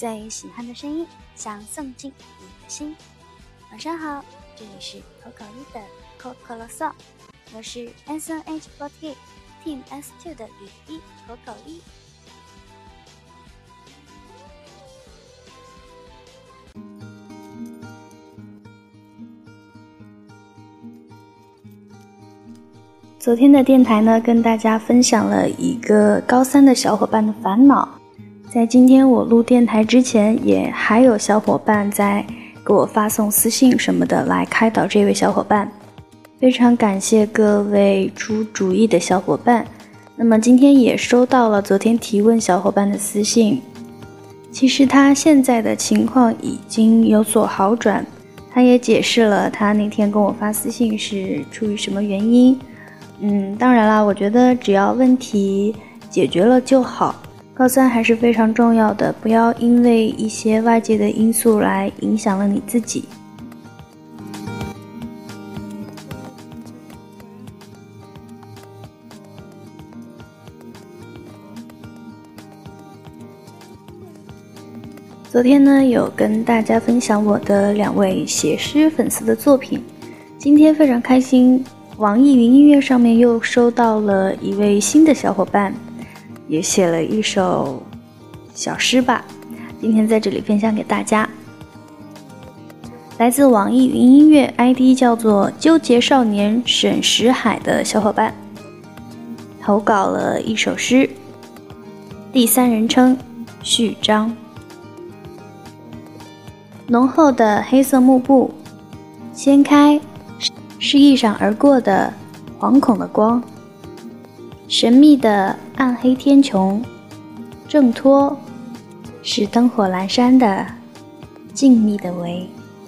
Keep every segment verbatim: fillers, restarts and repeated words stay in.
最喜欢的声音，想送进你的心。晚上好，这里是口口一的口口啰嗦，我是 S N H 四十八 Team S 二 的雨一口口一。昨天的电台呢，跟大家分享了一个高三的小伙伴的烦恼。在今天我录电台之前，也还有小伙伴在给我发送私信什么的来开导这位小伙伴。非常感谢各位出主意的小伙伴。那么今天也收到了昨天提问小伙伴的私信。其实他现在的情况已经有所好转，他也解释了他那天跟我发私信是出于什么原因。嗯，当然啦，我觉得只要问题解决了就好。高三还是非常重要的，不要因为一些外界的因素来影响了你自己。昨天呢，有跟大家分享我的两位写诗粉丝的作品。今天非常开心，网易云音乐上面又收到了一位新的小伙伴，也写了一首小诗吧，今天在这里分享给大家。来自网易云音乐 I D 叫做纠结少年沈石海的小伙伴投稿了一首诗，第三人称序章。浓厚的黑色幕布掀开，是一闪而过的惶恐的光，神秘的暗黑天穹，挣脱是灯火阑珊的静谧的围。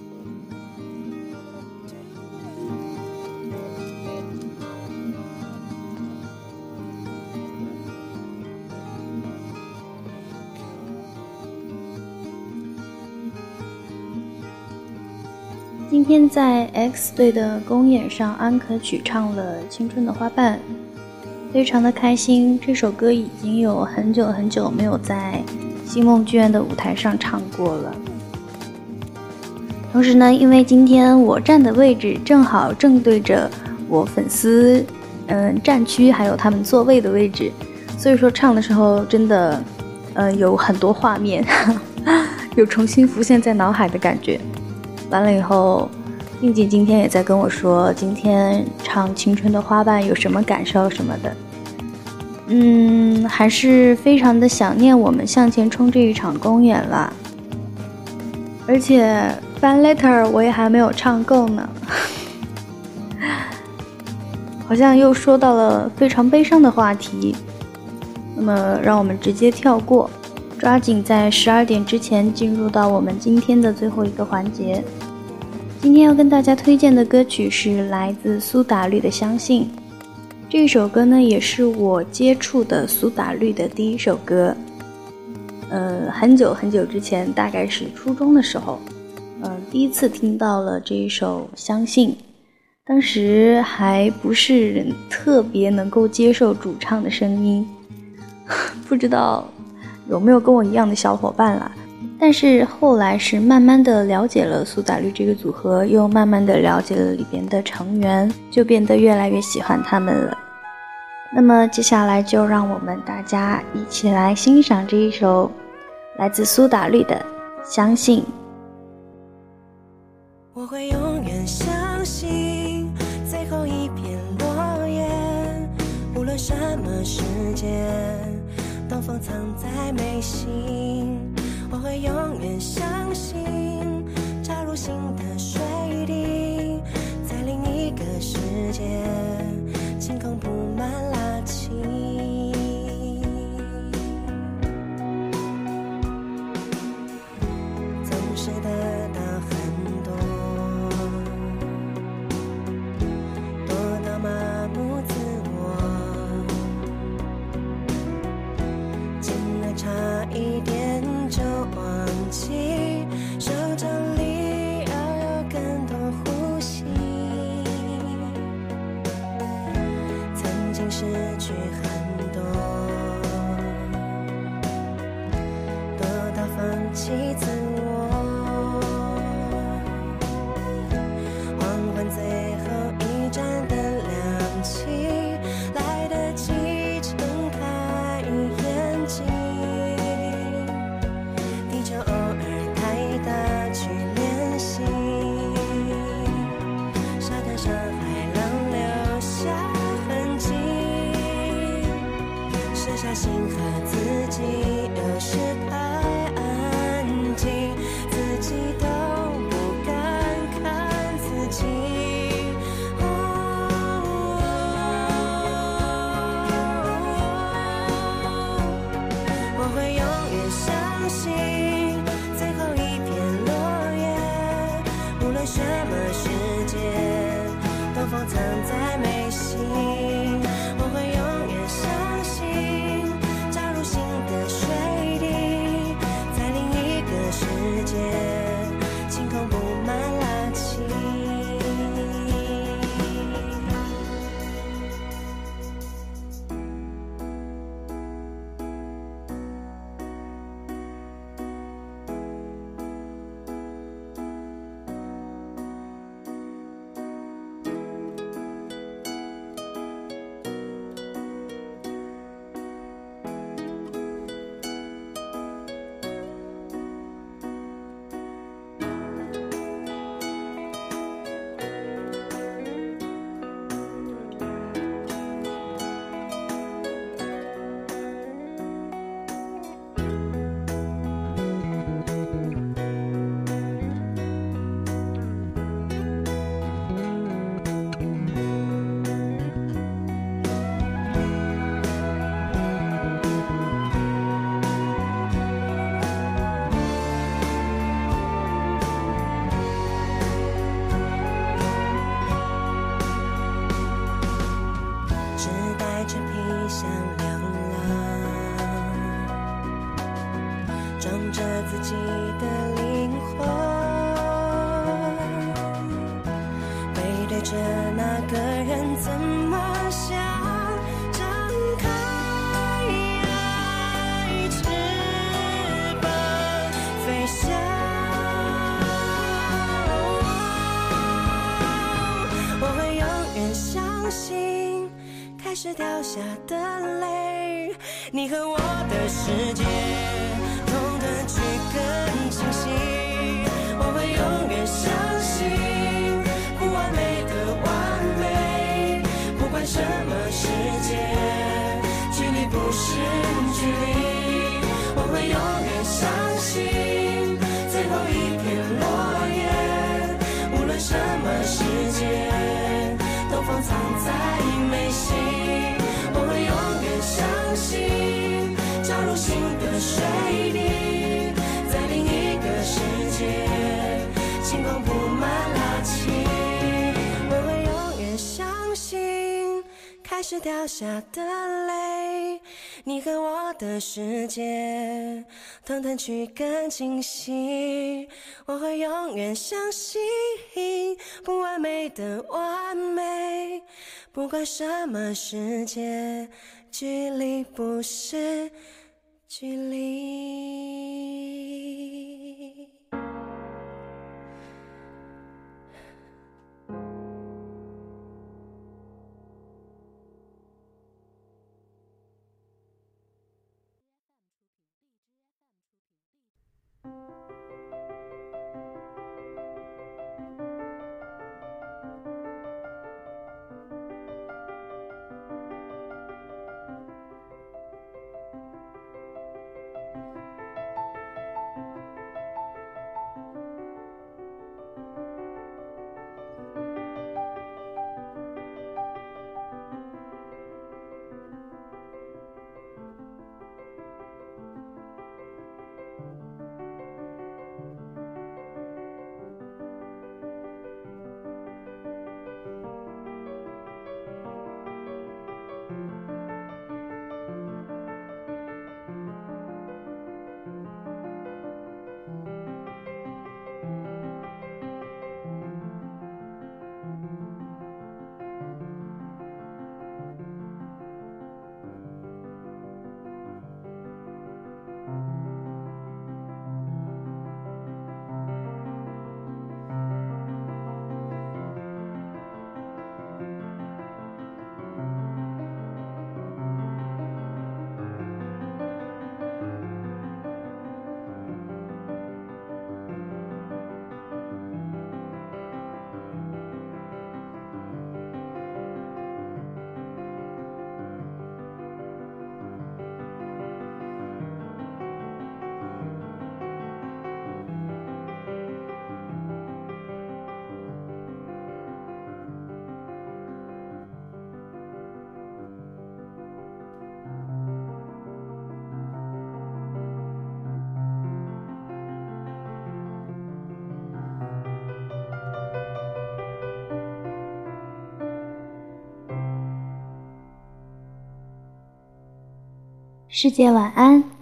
今天在 X 队的公演上，安可曲唱了《青春的花瓣》，非常的开心。这首歌已经有很久很久没有在星梦剧院的舞台上唱过了。同时呢，因为今天我站的位置正好正对着我粉丝嗯站区还有他们座位的位置，所以说唱的时候真的呃有很多画面有重新浮现在脑海的感觉。完了以后，静静今天也在跟我说今天唱《青春的花瓣》有什么感受什么的。嗯，还是非常的想念我们向前冲这一场公演了。而且 Fan Letter 我也还没有唱够呢好像又说到了非常悲伤的话题，那么让我们直接跳过，抓紧在十二点之前进入到我们今天的最后一个环节。今天要跟大家推荐的歌曲是来自苏打绿的《相信》。这首歌呢，也是我接触的苏打绿的第一首歌。呃，很久很久之前，大概是初中的时候，呃，第一次听到了这一首《相信》。当时还不是特别能够接受主唱的声音，不知道有没有跟我一样的小伙伴啦。但是后来是慢慢的了解了苏打绿这个组合，又慢慢的了解了里边的成员，就变得越来越喜欢他们了。那么接下来就让我们大家一起来欣赏这一首来自苏打绿的《相信》。 我会永远相信最后一片落叶，无论什么时间，东风藏在眉心。我会永远相信插入新的水滴，在另一个世界，晴空布满拉琴。总是得到很多，多到麻木自我，近了差一点就忘记，守着管什么时间，都放藏在眉心。我会永远相信，加入新的水滴，在另一个世界，晴空布满拉起。装着自己的灵魂，背对着那个人怎么想，张开翅膀飞翔。我会永远相信，开始掉下的泪，你和我的世界去更清晰。我会永远相信，不完美的完美，不管什么世界，距离不是距离。我会永远相信，最后一片落叶，无论什么世界，都放藏在眉心。我会永远相信，加入新的水滴，在另一个世界，晴空布满拉起。我会永远相信，开始掉下的泪，你和我的世界，通通去更清晰。我会永远相信，不完美的完美，不管什么世界，距离不是距离。 世界晚安。